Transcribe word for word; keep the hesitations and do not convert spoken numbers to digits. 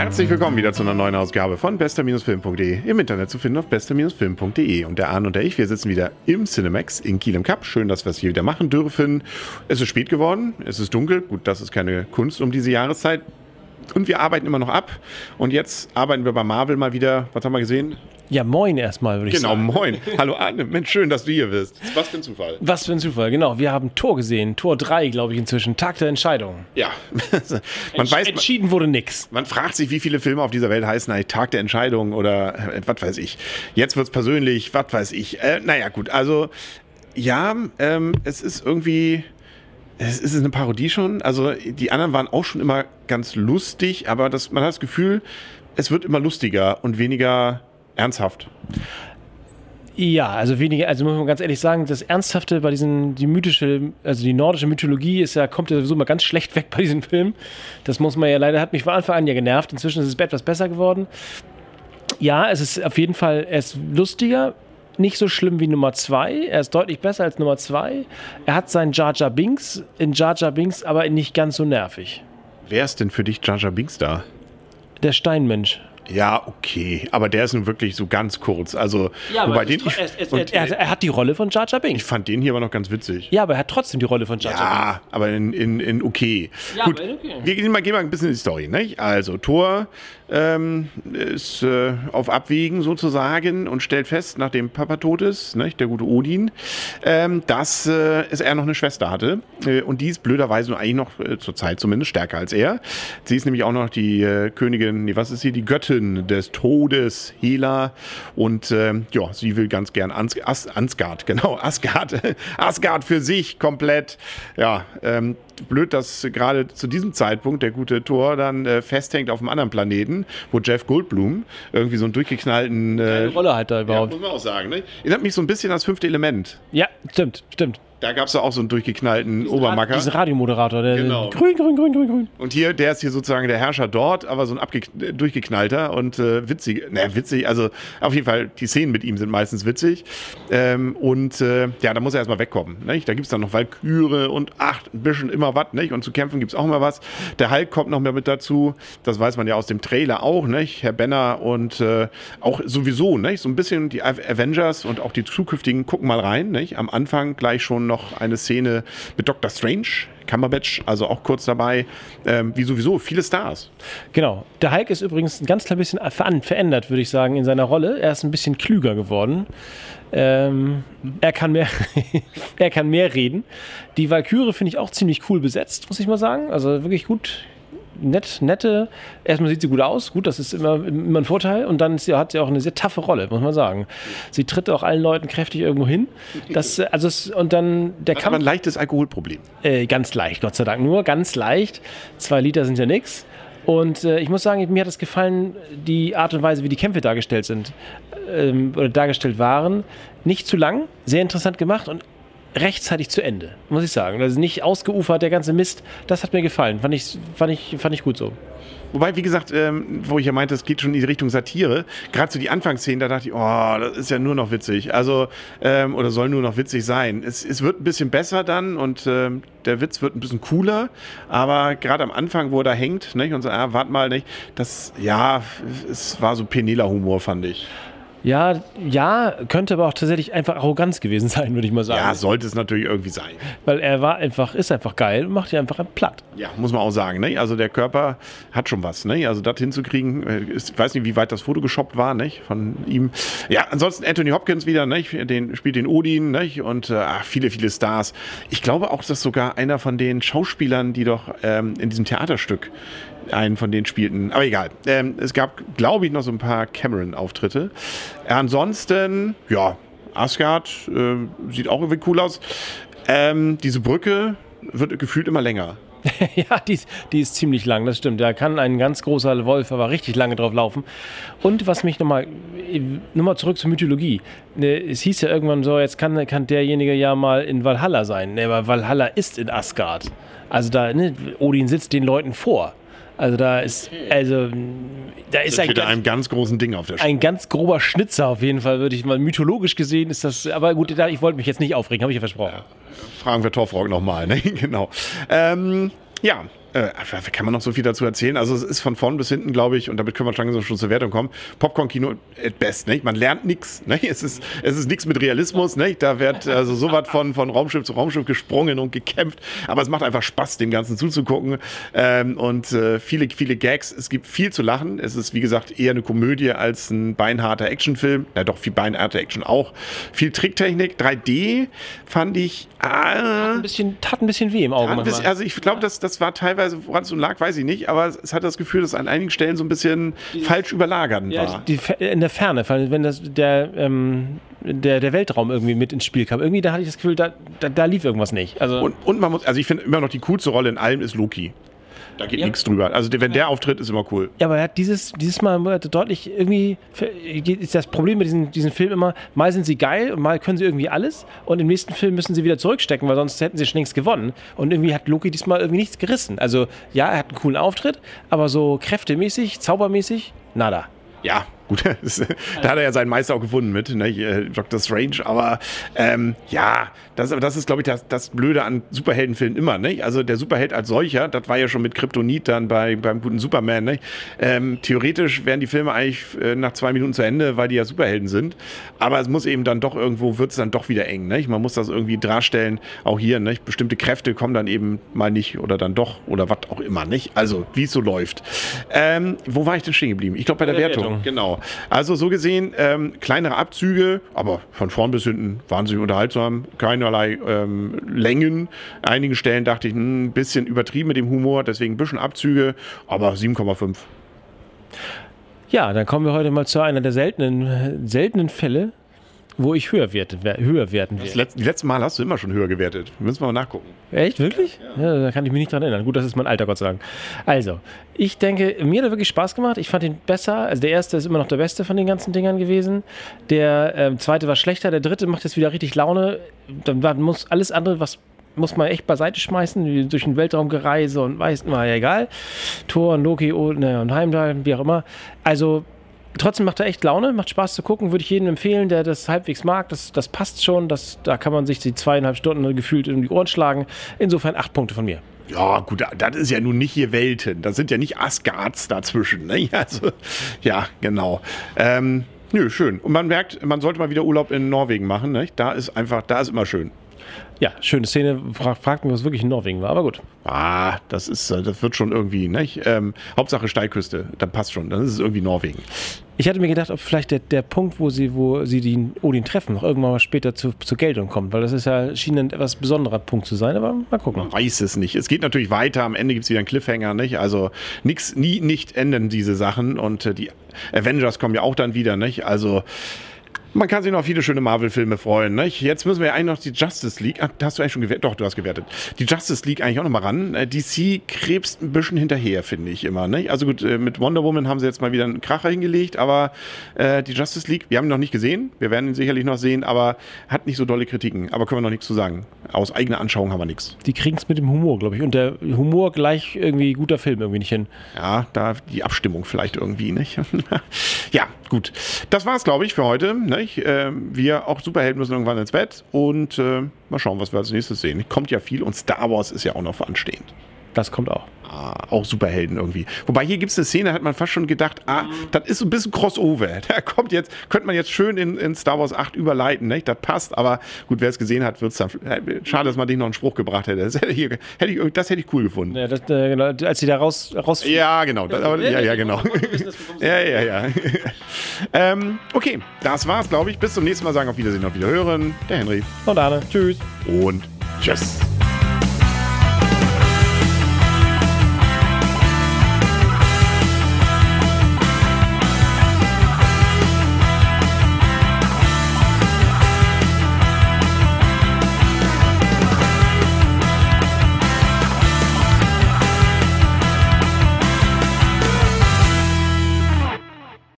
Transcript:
Herzlich willkommen wieder zu einer neuen Ausgabe von bester Film punkt de. Im Internet zu finden auf bester Film punkt de. Und der Arne und der ich, wir sitzen wieder im Cinemax in Kiel im Cup. Schön, dass wir es hier wieder machen dürfen. Es ist spät geworden, es ist dunkel. Gut, das ist keine Kunst um diese Jahreszeit. Und wir arbeiten immer noch ab. Und jetzt arbeiten wir bei Marvel mal wieder. Was haben wir gesehen? Ja, moin erstmal, würde ich genau, sagen. Genau, moin. Hallo Arne, Mensch, schön, dass du hier bist. Was für ein Zufall. Was für ein Zufall, genau. Wir haben Tor gesehen, Tor drei, glaube ich inzwischen, Tag der Entscheidung. Ja. man Entsch- weiß, entschieden wurde nix. Man fragt sich, wie viele Filme auf dieser Welt heißen eigentlich Tag der Entscheidung oder äh, was weiß ich. Jetzt wird's persönlich, was weiß ich. Äh, naja, gut, also ja, ähm, es ist irgendwie... Es ist eine Parodie schon. Also die anderen waren auch schon immer ganz lustig, aber das, man hat das Gefühl, es wird immer lustiger und weniger ernsthaft. Ja, also weniger, also muss man ganz ehrlich sagen, das Ernsthafte bei diesen, die mythische, also die nordische Mythologie ist ja, kommt ja sowieso mal ganz schlecht weg bei diesen Filmen. Das muss man ja leider, hat mich von Anfang an ja genervt. Inzwischen ist es etwas besser geworden. Ja, es ist auf jeden Fall, er ist lustiger. Nicht so schlimm wie Nummer zwei. Er ist deutlich besser als Nummer zwei. Er hat seinen Jar Jar Binks in Jar Jar Binks, aber nicht ganz so nervig. Wer ist denn für dich Jar Jar Binks da? Der Steinmensch. Ja, okay, aber der ist nun wirklich so ganz kurz. Also, ja, aber wobei den ich, ich, es, es, er, er, er hat die Rolle von Jar Jar Binks. Ich fand den hier aber noch ganz witzig. Ja, aber er hat trotzdem die Rolle von Jar Jar Binks. Ja, aber in, in, in okay. Ja, Gut, aber in okay. Wir gehen mal, gehen mal ein bisschen in die Story. Nicht? Also, Thor ähm, ist äh, auf Abwägen sozusagen und stellt fest, nachdem Papa tot ist, nicht, der gute Odin, ähm, dass äh, es er noch eine Schwester hatte. Äh, und die ist blöderweise nur eigentlich noch, äh, zur Zeit zumindest, stärker als er. Sie ist nämlich auch noch die äh, Königin, nee, was ist sie? Die Göttin des Todes, Hela. Und ähm, ja, sie will ganz gern Ans- As- Asgard, genau, Asgard, Asgard für sich komplett. Ja, ähm, blöd, dass gerade zu diesem Zeitpunkt der gute Thor dann äh, festhängt auf einem anderen Planeten, wo Jeff Goldblum irgendwie so einen durchgeknallten... Äh, Keine Rolle hat er überhaupt. Ja, muss man auch sagen. Ne? Erinnert mich so ein bisschen an das fünfte Element. Ja, stimmt, stimmt. Da gab es ja auch so einen durchgeknallten Diesen Obermacker. Diesen Radiomoderator, der Genau. grün, grün, grün, grün, grün. Und hier, der ist hier sozusagen der Herrscher dort, aber so ein abge- durchgeknallter und äh, witzig. Naja, witzig, also auf jeden Fall, die Szenen mit ihm sind meistens witzig. Ähm, und äh, ja, da muss er erstmal wegkommen. Nicht? Da gibt es dann noch Walküre und ach, ein bisschen immer was. Nicht? Und zu kämpfen gibt es auch immer was. Der Hulk kommt noch mehr mit dazu. Das weiß man ja aus dem Trailer auch. Nicht? Herr Banner und äh, auch sowieso, nicht? So ein bisschen die Avengers und auch die zukünftigen gucken mal rein. Nicht? Am Anfang gleich schon noch eine Szene mit Doctor Strange, Cumberbatch, also auch kurz dabei, ähm, wie sowieso, viele Stars. Genau. Der Hulk ist übrigens ein ganz klein bisschen ver- verändert, würde ich sagen, in seiner Rolle. Er ist ein bisschen klüger geworden. Ähm, er kann mehr, er kann mehr reden. Die Valkyrie finde ich auch ziemlich cool besetzt, muss ich mal sagen. Also wirklich gut. Nett, nette, erstmal sieht sie gut aus, gut, das ist immer, immer ein Vorteil und dann ist sie, hat sie auch eine sehr taffe Rolle, muss man sagen. Sie tritt auch allen Leuten kräftig irgendwo hin. Das, also es, und dann der Hat Kampf... aber ein leichtes Alkoholproblem. Äh, ganz leicht, Gott sei Dank, nur ganz leicht. Zwei Liter sind ja nix. Und äh, ich muss sagen, mir hat es gefallen, die Art und Weise, wie die Kämpfe dargestellt sind, ähm, oder dargestellt waren. Nicht zu lang, sehr interessant gemacht und rechtzeitig zu Ende, muss ich sagen. Also nicht ausgeufert, der ganze Mist. Das hat mir gefallen. Fand ich, fand ich, fand ich gut so. Wobei, wie gesagt, ähm, wo ich ja meinte, es geht schon in die Richtung Satire. Gerade so die Anfangsszenen, da dachte ich, oh, das ist ja nur noch witzig. Also, ähm, oder soll nur noch witzig sein. Es, es wird ein bisschen besser dann und ähm, der Witz wird ein bisschen cooler. Aber gerade am Anfang, wo er da hängt, nicht, und so, ah, warte mal, nicht, das, ja, es war so Penela-Humor, fand ich. Ja, ja, könnte aber auch tatsächlich einfach Arroganz gewesen sein, würde ich mal sagen. Ja, sollte es natürlich irgendwie sein. Weil er war einfach, ist einfach geil und macht die einfach platt. Ja, muss man auch sagen. Ne? Also der Körper hat schon was. Ne? Also das hinzukriegen, ist, ich weiß nicht, wie weit das Foto geshoppt war, nicht? Von ihm. Ja, ansonsten Anthony Hopkins wieder, nicht? Den spielt den Odin, nicht? Und äh, viele, viele Stars. Ich glaube auch, dass sogar einer von den Schauspielern, die doch ähm, in diesem Theaterstück einen von denen spielten. Aber egal. Ähm, es gab, glaube ich, noch so ein paar Cameron-Auftritte. Ansonsten, ja, Asgard äh, sieht auch irgendwie cool aus. Ähm, diese Brücke wird gefühlt immer länger. Ja, die ist, die ist ziemlich lang, das stimmt. Da kann ein ganz großer Wolf aber richtig lange drauf laufen. Und was mich nochmal, nochmal zurück zur Mythologie. Es hieß ja irgendwann so, jetzt kann, kann derjenige ja mal in Valhalla sein. Nee, aber Valhalla ist in Asgard. Also da, ne, Odin sitzt den Leuten vor. Also da ist, also da ist ein, einem ganz großen Ding auf der Spur. Ein ganz grober Schnitzer auf jeden Fall, würde ich mal, mythologisch gesehen ist das, aber gut, ich wollte mich jetzt nicht aufregen, habe ich ja versprochen. Ja, fragen wir Torfrock nochmal, ne? Genau. Ähm, ja, Äh, kann man noch so viel dazu erzählen? Also es ist von vorn bis hinten, glaube ich, und damit können wir schon, schon zur Wertung kommen, Popcorn-Kino at best. Ne? Man lernt nichts. Ne? Es ist, es ist nichts mit Realismus. Ne? Da wird also so was von, von Raumschiff zu Raumschiff gesprungen und gekämpft. Aber es macht einfach Spaß, dem Ganzen zuzugucken. Ähm, und äh, viele, viele Gags. Es gibt viel zu lachen. Es ist, wie gesagt, eher eine Komödie als ein beinharter Actionfilm. Ja, doch, viel beinharte Action auch. Viel Tricktechnik. drei D fand ich... Ah, Hat ein bisschen, tat ein bisschen weh im Auge. ein bisschen, also ich glaube, das, das war teilweise, woran es so lag, weiß ich nicht, aber es hat das Gefühl, dass an einigen Stellen so ein bisschen die, falsch überlagert ja, war. Die, in der Ferne, wenn das, der, ähm, der, der Weltraum irgendwie mit ins Spiel kam. Irgendwie, da hatte ich das Gefühl, da, da, da lief irgendwas nicht. Also und, und man muss, also ich finde immer noch die coolste Rolle in allem ist Loki. Da geht ja. nichts drüber. Also wenn der auftritt, ist immer cool. Ja, aber er hat dieses, dieses Mal deutlich irgendwie, ist das Problem mit diesem, diesem Film immer, mal sind sie geil und mal können sie irgendwie alles und im nächsten Film müssen sie wieder zurückstecken, weil sonst hätten sie schon längst gewonnen. Und irgendwie hat Loki diesmal irgendwie nichts gerissen. Also ja, er hat einen coolen Auftritt, aber so kräftemäßig, zaubermäßig, nada. Ja, gut, das, da hat er ja seinen Meister auch gefunden mit, ne, Doctor Strange, aber ähm, ja, das, das ist, glaube ich, das, das Blöde an Superheldenfilmen immer, ne? Also der Superheld als solcher, das war ja schon mit Kryptonit dann bei, beim guten Superman, ne? Ähm, theoretisch wären die Filme eigentlich äh, nach zwei Minuten zu Ende, weil die ja Superhelden sind, aber es muss eben dann doch irgendwo, wird es dann doch wieder eng, ne? Man muss das irgendwie darstellen, auch hier, ne? Bestimmte Kräfte kommen dann eben mal nicht oder dann doch oder was auch immer, nicht? Also, wie es so läuft. Ähm, wo war ich denn stehen geblieben? Ich glaube, bei der, der Wertung. Wertung. Genau. Also so gesehen, ähm, kleinere Abzüge, aber von vorn bis hinten wahnsinnig unterhaltsam, keinerlei ähm, Längen. An einigen Stellen dachte ich, ein bisschen übertrieben mit dem Humor, deswegen ein bisschen Abzüge, aber sieben Komma fünf. Ja, dann kommen wir heute mal zu einer der seltenen, seltenen Fälle, wo ich höher, werte, höher werten werde. Das letzte Mal hast du immer schon höher gewertet. Müssen wir mal nachgucken. Echt? Wirklich? Ja. Ja, da kann ich mich nicht dran erinnern. Gut, das ist mein Alter, Gott sei Dank. Also, ich denke, mir hat er wirklich Spaß gemacht. Ich fand ihn besser. Also der erste ist immer noch der beste von den ganzen Dingern gewesen. Der ähm, zweite war schlechter. Der dritte macht jetzt wieder richtig Laune. Dann war, muss alles andere, was muss man echt beiseite schmeißen, wie durch den Weltraumgereise und weiß, na ja, egal. Thor und Loki und, ne, und Heimdall, wie auch immer. Also, trotzdem macht er echt Laune, macht Spaß zu gucken, würde ich jedem empfehlen, der das halbwegs mag. Das, das passt schon, das, da kann man sich die zweieinhalb Stunden gefühlt in die Ohren schlagen. Insofern acht Punkte von mir. Ja, gut, das ist ja nun nicht hier Welten. Das sind ja nicht Asgards dazwischen. Ne? Also, ja, genau. Ähm, nö, schön. Und man merkt, man sollte mal wieder Urlaub in Norwegen machen. Ne? Da ist einfach, da ist immer schön. Ja, schöne Szene. Fragt frag mich, was wirklich in Norwegen war, aber gut. Ah, das ist, das wird schon irgendwie, ne? Ähm, Hauptsache Steilküste, dann passt schon, dann ist es irgendwie Norwegen. Ich hatte mir gedacht, ob vielleicht der, der Punkt, wo sie, wo sie den Odin treffen, noch irgendwann mal später zu, zur Geltung kommt, weil das ist ja, schien ein etwas besonderer Punkt zu sein, aber mal gucken. Man weiß es nicht. Es geht natürlich weiter, am Ende gibt es wieder einen Cliffhanger, nicht? Also nix, nie nicht enden diese Sachen und äh, die Avengers kommen ja auch dann wieder, nicht? Also man kann sich noch auf viele schöne Marvel-Filme freuen. Ne? Jetzt müssen wir ja eigentlich noch die Justice League. Ach, hast du eigentlich schon gewertet? Doch, du hast gewertet. Die Justice League eigentlich auch noch mal ran. D C krebst ein bisschen hinterher, finde ich immer. Ne? Also gut, mit Wonder Woman haben sie jetzt mal wieder einen Kracher hingelegt, aber äh, die Justice League, wir haben ihn noch nicht gesehen. Wir werden ihn sicherlich noch sehen, aber hat nicht so dolle Kritiken. Aber können wir noch nichts zu sagen. Aus eigener Anschauung haben wir nichts. Die kriegen es mit dem Humor, glaube ich. Und der Humor gleich irgendwie guter Film irgendwie nicht hin. Ja, da die Abstimmung vielleicht irgendwie, nicht? Ja, gut. Das war's, glaube ich, für heute. Nicht? Äh, wir auch Superhelden müssen irgendwann ins Bett und äh, mal schauen, was wir als nächstes sehen. Kommt ja viel und Star Wars ist ja auch noch anstehend. Das kommt auch. Ah, auch Superhelden irgendwie. Wobei hier gibt es eine Szene, hat man fast schon gedacht, ah, das ist so ein bisschen Crossover. Da kommt jetzt, könnte man jetzt schön in, in Star Wars acht überleiten, nicht? Das passt, aber gut, wer es gesehen hat, wird es dann. Schade, dass man dich noch einen Spruch gebracht hätte. Das hätte ich, hätte ich, das hätte ich cool gefunden. Ja, das, äh, genau, als sie da raus. raus ja, genau. Das, aber, ja, ja, genau. ja, ja, ja. ähm, okay, das war's, glaube ich. Bis zum nächsten Mal. Sagen auf Wiedersehen, auf Wiederhören. Der Henry. Und Arne. Tschüss. Und tschüss.